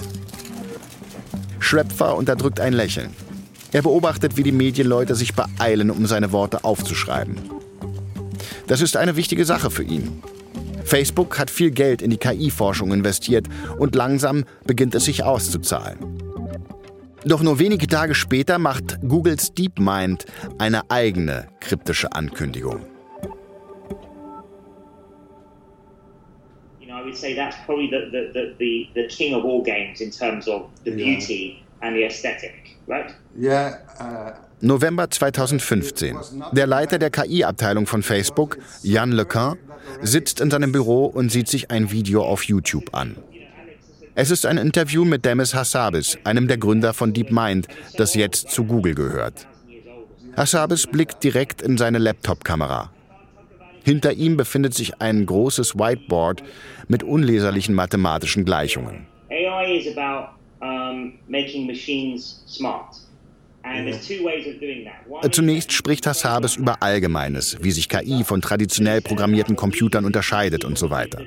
Schrepfer unterdrückt ein Lächeln. Er beobachtet, wie die Medienleute sich beeilen, um seine Worte aufzuschreiben. Das ist eine wichtige Sache für ihn. Facebook hat viel Geld in die KI-Forschung investiert und langsam beginnt es sich auszuzahlen. Doch nur wenige Tage später macht Googles DeepMind eine eigene kryptische Ankündigung. I would say that's probably the king of all games in terms of the beauty and the aesthetic, right? November 2015. Der Leiter der KI-Abteilung von Facebook, Yann LeCun, sitzt in seinem Büro und sieht sich ein Video auf YouTube an. Es ist ein Interview mit Demis Hassabis, einem der Gründer von DeepMind, das jetzt zu Google gehört. Hassabis blickt direkt in seine Laptop-Kamera. Hinter ihm befindet sich ein großes Whiteboard mit unleserlichen mathematischen Gleichungen. AI is about making machines smart. Zunächst spricht Hassabis über Allgemeines, wie sich KI von traditionell programmierten Computern unterscheidet und so weiter.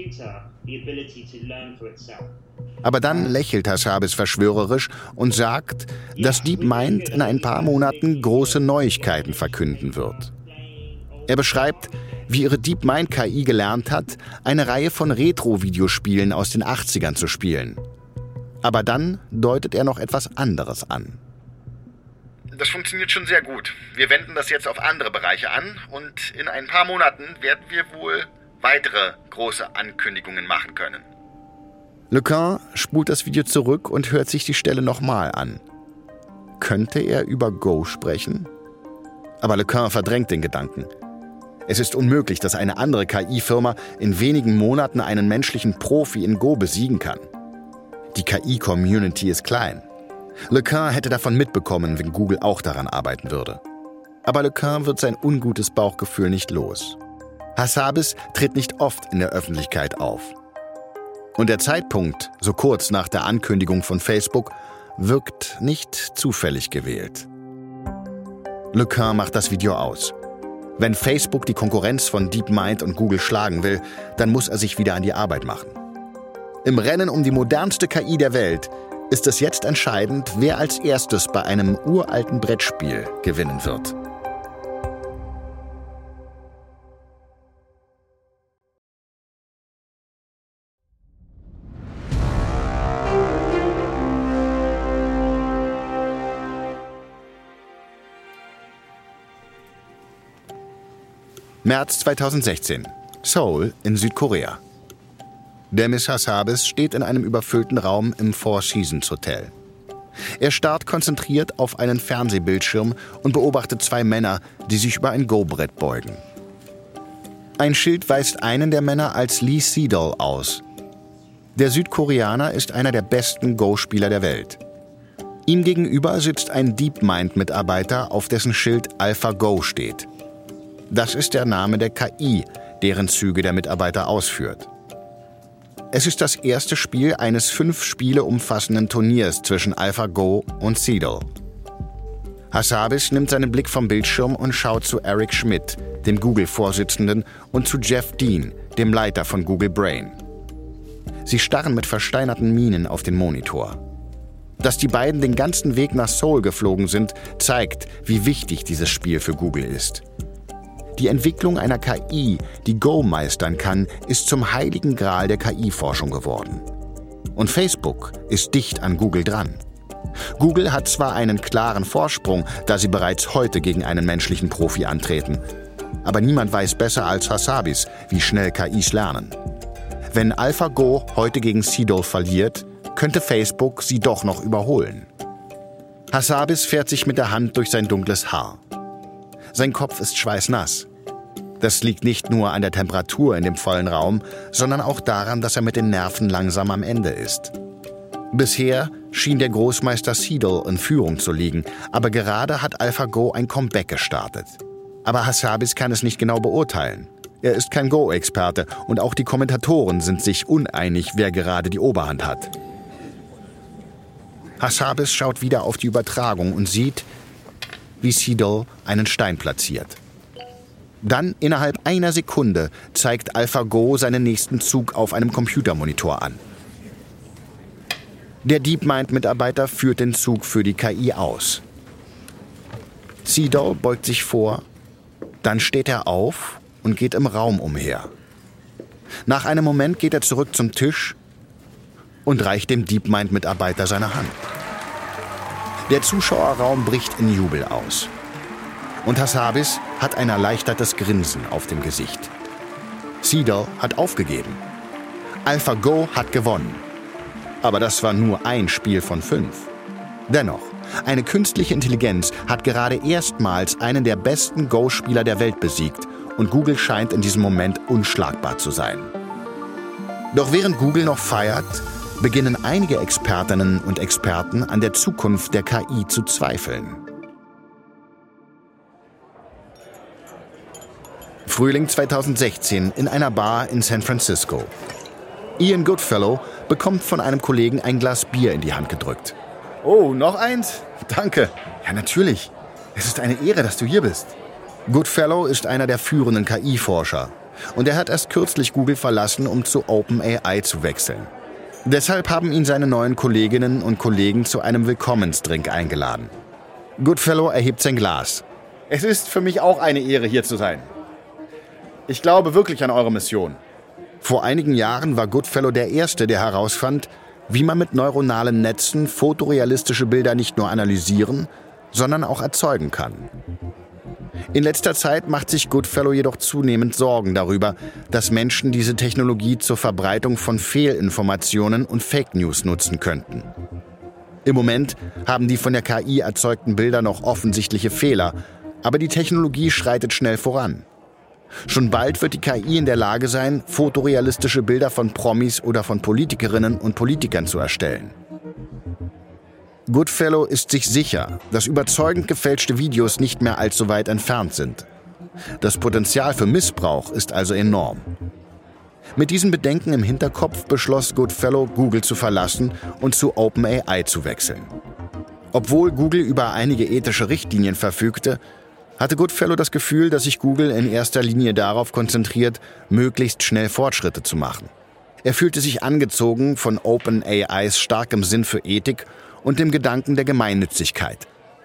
Aber dann lächelt Hassabis verschwörerisch und sagt, dass DeepMind in ein paar Monaten große Neuigkeiten verkünden wird. Er beschreibt, wie ihre DeepMind-KI gelernt hat, eine Reihe von Retro-Videospielen aus den 80ern zu spielen. Aber dann deutet er noch etwas anderes an. Das funktioniert schon sehr gut. Wir wenden das jetzt auf andere Bereiche an und in ein paar Monaten werden wir wohl weitere große Ankündigungen machen können. Lequin spult das Video zurück und hört sich die Stelle nochmal an. Könnte er über Go sprechen? Aber Lequin verdrängt den Gedanken. Es ist unmöglich, dass eine andere KI-Firma in wenigen Monaten einen menschlichen Profi in Go besiegen kann. Die KI-Community ist klein. Lequin hätte davon mitbekommen, wenn Google auch daran arbeiten würde. Aber Lequin wird sein ungutes Bauchgefühl nicht los. Hassabis tritt nicht oft in der Öffentlichkeit auf. Und der Zeitpunkt, so kurz nach der Ankündigung von Facebook, wirkt nicht zufällig gewählt. Lequin macht das Video aus. Wenn Facebook die Konkurrenz von DeepMind und Google schlagen will, dann muss er sich wieder an die Arbeit machen. Im Rennen um die modernste KI der Welt ist es jetzt entscheidend, wer als erstes bei einem uralten Brettspiel gewinnen wird. März 2016. Seoul in Südkorea. Demis Hassabis steht in einem überfüllten Raum im Four Seasons Hotel. Er starrt konzentriert auf einen Fernsehbildschirm und beobachtet zwei Männer, die sich über ein Go-Brett beugen. Ein Schild weist einen der Männer als Lee Sedol aus. Der Südkoreaner ist einer der besten Go-Spieler der Welt. Ihm gegenüber sitzt ein DeepMind-Mitarbeiter, auf dessen Schild AlphaGo steht. Das ist der Name der KI, deren Züge der Mitarbeiter ausführt. Es ist das erste Spiel eines 5 Spiele umfassenden Turniers zwischen AlphaGo und Sedol. Hassabis nimmt seinen Blick vom Bildschirm und schaut zu Eric Schmidt, dem Google-Vorsitzenden, und zu Jeff Dean, dem Leiter von Google Brain. Sie starren mit versteinerten Mienen auf den Monitor. Dass die beiden den ganzen Weg nach Seoul geflogen sind, zeigt, wie wichtig dieses Spiel für Google ist. Die Entwicklung einer KI, die Go meistern kann, ist zum heiligen Gral der KI-Forschung geworden. Und Facebook ist dicht an Google dran. Google hat zwar einen klaren Vorsprung, da sie bereits heute gegen einen menschlichen Profi antreten. Aber niemand weiß besser als Hassabis, wie schnell KIs lernen. Wenn AlphaGo heute gegen Sedol verliert, könnte Facebook sie doch noch überholen. Hassabis fährt sich mit der Hand durch sein dunkles Haar. Sein Kopf ist schweißnass. Das liegt nicht nur an der Temperatur in dem vollen Raum, sondern auch daran, dass er mit den Nerven langsam am Ende ist. Bisher schien der Großmeister Sedol in Führung zu liegen, aber gerade hat AlphaGo ein Comeback gestartet. Aber Hassabis kann es nicht genau beurteilen. Er ist kein Go-Experte und auch die Kommentatoren sind sich uneinig, wer gerade die Oberhand hat. Hassabis schaut wieder auf die Übertragung und sieht, wie Sedol einen Stein platziert. Dann, innerhalb einer Sekunde, zeigt AlphaGo seinen nächsten Zug auf einem Computermonitor an. Der DeepMind-Mitarbeiter führt den Zug für die KI aus. Sedol beugt sich vor, dann steht er auf und geht im Raum umher. Nach einem Moment geht er zurück zum Tisch und reicht dem DeepMind-Mitarbeiter seine Hand. Der Zuschauerraum bricht in Jubel aus. Und Hassabis hat ein erleichtertes Grinsen auf dem Gesicht. Sedol hat aufgegeben. AlphaGo hat gewonnen. Aber das war nur ein Spiel von 5. Dennoch, eine künstliche Intelligenz hat gerade erstmals einen der besten Go-Spieler der Welt besiegt und Google scheint in diesem Moment unschlagbar zu sein. Doch während Google noch feiert, beginnen einige Expertinnen und Experten an der Zukunft der KI zu zweifeln. Frühling 2016 in einer Bar in San Francisco. Ian Goodfellow bekommt von einem Kollegen ein Glas Bier in die Hand gedrückt. Oh, noch eins? Danke. Ja, natürlich. Es ist eine Ehre, dass du hier bist. Goodfellow ist einer der führenden KI-Forscher und er hat erst kürzlich Google verlassen, um zu OpenAI zu wechseln. Deshalb haben ihn seine neuen Kolleginnen und Kollegen zu einem Willkommensdrink eingeladen. Goodfellow erhebt sein Glas. Es ist für mich auch eine Ehre, hier zu sein. Ich glaube wirklich an eure Mission. Vor einigen Jahren war Goodfellow der Erste, der herausfand, wie man mit neuronalen Netzen fotorealistische Bilder nicht nur analysieren, sondern auch erzeugen kann. In letzter Zeit macht sich Goodfellow jedoch zunehmend Sorgen darüber, dass Menschen diese Technologie zur Verbreitung von Fehlinformationen und Fake News nutzen könnten. Im Moment haben die von der KI erzeugten Bilder noch offensichtliche Fehler, aber die Technologie schreitet schnell voran. Schon bald wird die KI in der Lage sein, fotorealistische Bilder von Promis oder von Politikerinnen und Politikern zu erstellen. Goodfellow ist sich sicher, dass überzeugend gefälschte Videos nicht mehr allzu weit entfernt sind. Das Potenzial für Missbrauch ist also enorm. Mit diesen Bedenken im Hinterkopf beschloss Goodfellow, Google zu verlassen und zu OpenAI zu wechseln. Obwohl Google über einige ethische Richtlinien verfügte, hatte Goodfellow das Gefühl, dass sich Google in erster Linie darauf konzentriert, möglichst schnell Fortschritte zu machen. Er fühlte sich angezogen von OpenAIs starkem Sinn für Ethik und dem Gedanken der Gemeinnützigkeit.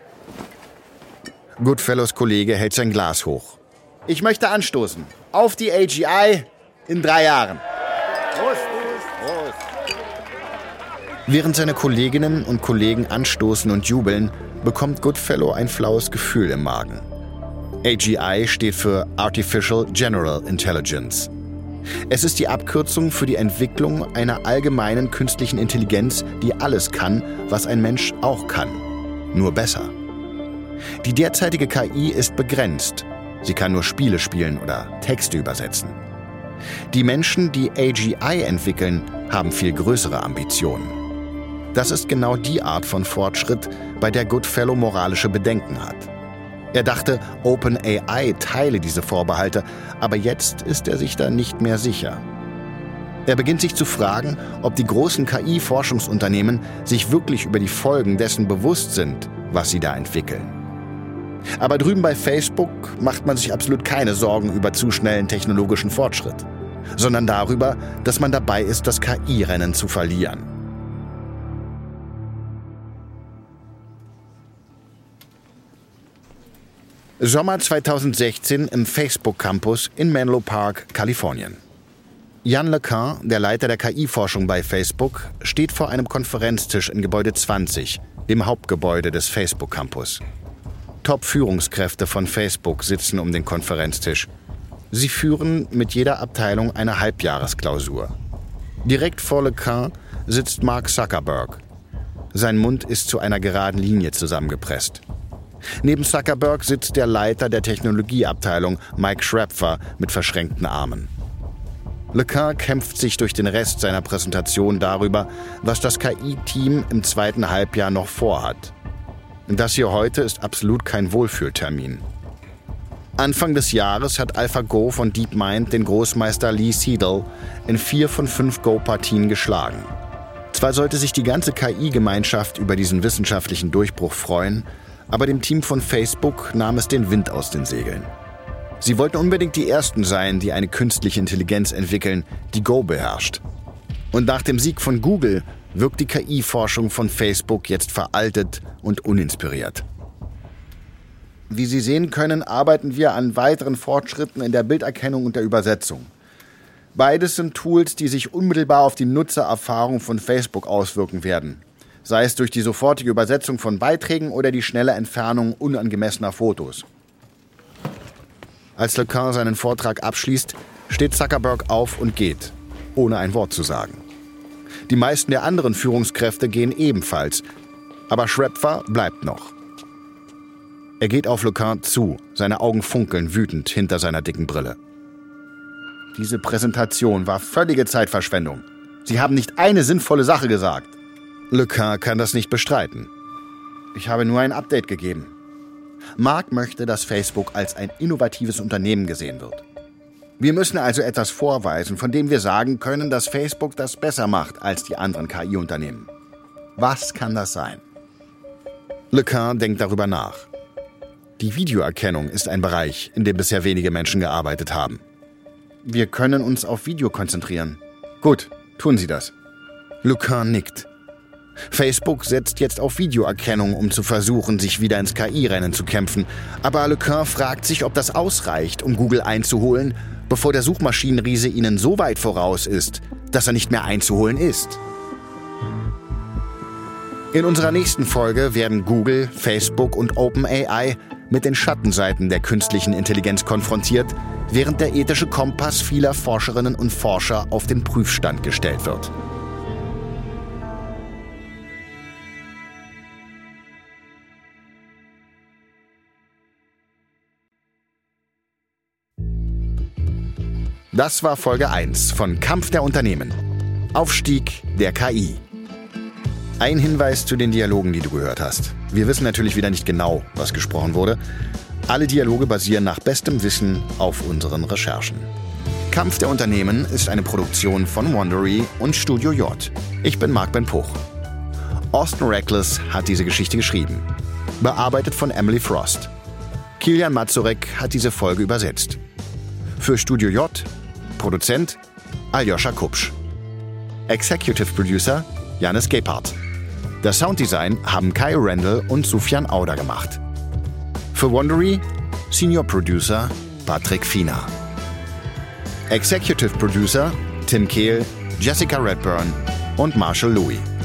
Goodfellows Kollege hält sein Glas hoch. Ich möchte anstoßen. Auf die AGI in 3 Jahren. Prost, Prost. Während seine Kolleginnen und Kollegen anstoßen und jubeln, bekommt Goodfellow ein flaues Gefühl im Magen. AGI steht für Artificial General Intelligence. Es ist die Abkürzung für die Entwicklung einer allgemeinen künstlichen Intelligenz, die alles kann, was ein Mensch auch kann. Nur besser. Die derzeitige KI ist begrenzt. Sie kann nur Spiele spielen oder Texte übersetzen. Die Menschen, die AGI entwickeln, haben viel größere Ambitionen. Das ist genau die Art von Fortschritt, bei der Goodfellow moralische Bedenken hat. Er dachte, OpenAI teile diese Vorbehalte, aber jetzt ist er sich da nicht mehr sicher. Er beginnt sich zu fragen, ob die großen KI-Forschungsunternehmen sich wirklich über die Folgen dessen bewusst sind, was sie da entwickeln. Aber drüben bei Facebook macht man sich absolut keine Sorgen über zu schnellen technologischen Fortschritt, sondern darüber, dass man dabei ist, das KI-Rennen zu verlieren. Sommer 2016 im Facebook-Campus in Menlo Park, Kalifornien. Yann LeCun, der Leiter der KI-Forschung bei Facebook, steht vor einem Konferenztisch in Gebäude 20, dem Hauptgebäude des Facebook-Campus. Top-Führungskräfte von Facebook sitzen um den Konferenztisch. Sie führen mit jeder Abteilung eine Halbjahresklausur. Direkt vor LeCun sitzt Mark Zuckerberg. Sein Mund ist zu einer geraden Linie zusammengepresst. Neben Zuckerberg sitzt der Leiter der Technologieabteilung, Mike Schrepfer, mit verschränkten Armen. LeCun kämpft sich durch den Rest seiner Präsentation darüber, was das KI-Team im zweiten Halbjahr noch vorhat. Das hier heute ist absolut kein Wohlfühltermin. Anfang des Jahres hat AlphaGo von DeepMind den Großmeister Lee Sedol in 4 von 5 Go-Partien geschlagen. Zwar sollte sich die ganze KI-Gemeinschaft über diesen wissenschaftlichen Durchbruch freuen, aber dem Team von Facebook nahm es den Wind aus den Segeln. Sie wollten unbedingt die Ersten sein, die eine künstliche Intelligenz entwickeln, die Go beherrscht. Und nach dem Sieg von Google wirkt die KI-Forschung von Facebook jetzt veraltet und uninspiriert. Wie Sie sehen können, arbeiten wir an weiteren Fortschritten in der Bilderkennung und der Übersetzung. Beides sind Tools, die sich unmittelbar auf die Nutzererfahrung von Facebook auswirken werden. Sei es durch die sofortige Übersetzung von Beiträgen oder die schnelle Entfernung unangemessener Fotos. Als LeCun seinen Vortrag abschließt, steht Zuckerberg auf und geht, ohne ein Wort zu sagen. Die meisten der anderen Führungskräfte gehen ebenfalls, aber Schrepfer bleibt noch. Er geht auf LeCun zu, seine Augen funkeln wütend hinter seiner dicken Brille. Diese Präsentation war völlige Zeitverschwendung. Sie haben nicht eine sinnvolle Sache gesagt. LeCun kann das nicht bestreiten. Ich habe nur ein Update gegeben. Mark möchte, dass Facebook als ein innovatives Unternehmen gesehen wird. Wir müssen also etwas vorweisen, von dem wir sagen können, dass Facebook das besser macht als die anderen KI-Unternehmen. Was kann das sein? LeCun denkt darüber nach. Die Videoerkennung ist ein Bereich, in dem bisher wenige Menschen gearbeitet haben. Wir können uns auf Video konzentrieren. Gut, tun Sie das. LeCun nickt. Facebook setzt jetzt auf Videoerkennung, um zu versuchen, sich wieder ins KI-Rennen zu kämpfen. Aber LeCun fragt sich, ob das ausreicht, um Google einzuholen, bevor der Suchmaschinenriese ihnen so weit voraus ist, dass er nicht mehr einzuholen ist. In unserer nächsten Folge werden Google, Facebook und OpenAI mit den Schattenseiten der künstlichen Intelligenz konfrontiert, während der ethische Kompass vieler Forscherinnen und Forscher auf den Prüfstand gestellt wird. Das war Folge 1 von Kampf der Unternehmen. Aufstieg der KI. Ein Hinweis zu den Dialogen, die du gehört hast. Wir wissen natürlich wieder nicht genau, was gesprochen wurde. Alle Dialoge basieren nach bestem Wissen auf unseren Recherchen. Kampf der Unternehmen ist eine Produktion von Wondery und Studio J. Ich bin Marc Ben Puch. Austin Reckless hat diese Geschichte geschrieben. Bearbeitet von Emily Frost. Kilian Mazurek hat diese Folge übersetzt. Für Studio J, Produzent Aljoscha Kupsch. Executive Producer Janis Gebhardt. Das Sounddesign haben Kai Randall und Sufjan Auder gemacht. Für Wondery Senior Producer Patrick Fiener. Executive Producer Tim Kehl, Jessica Redburn und Marshall Louis.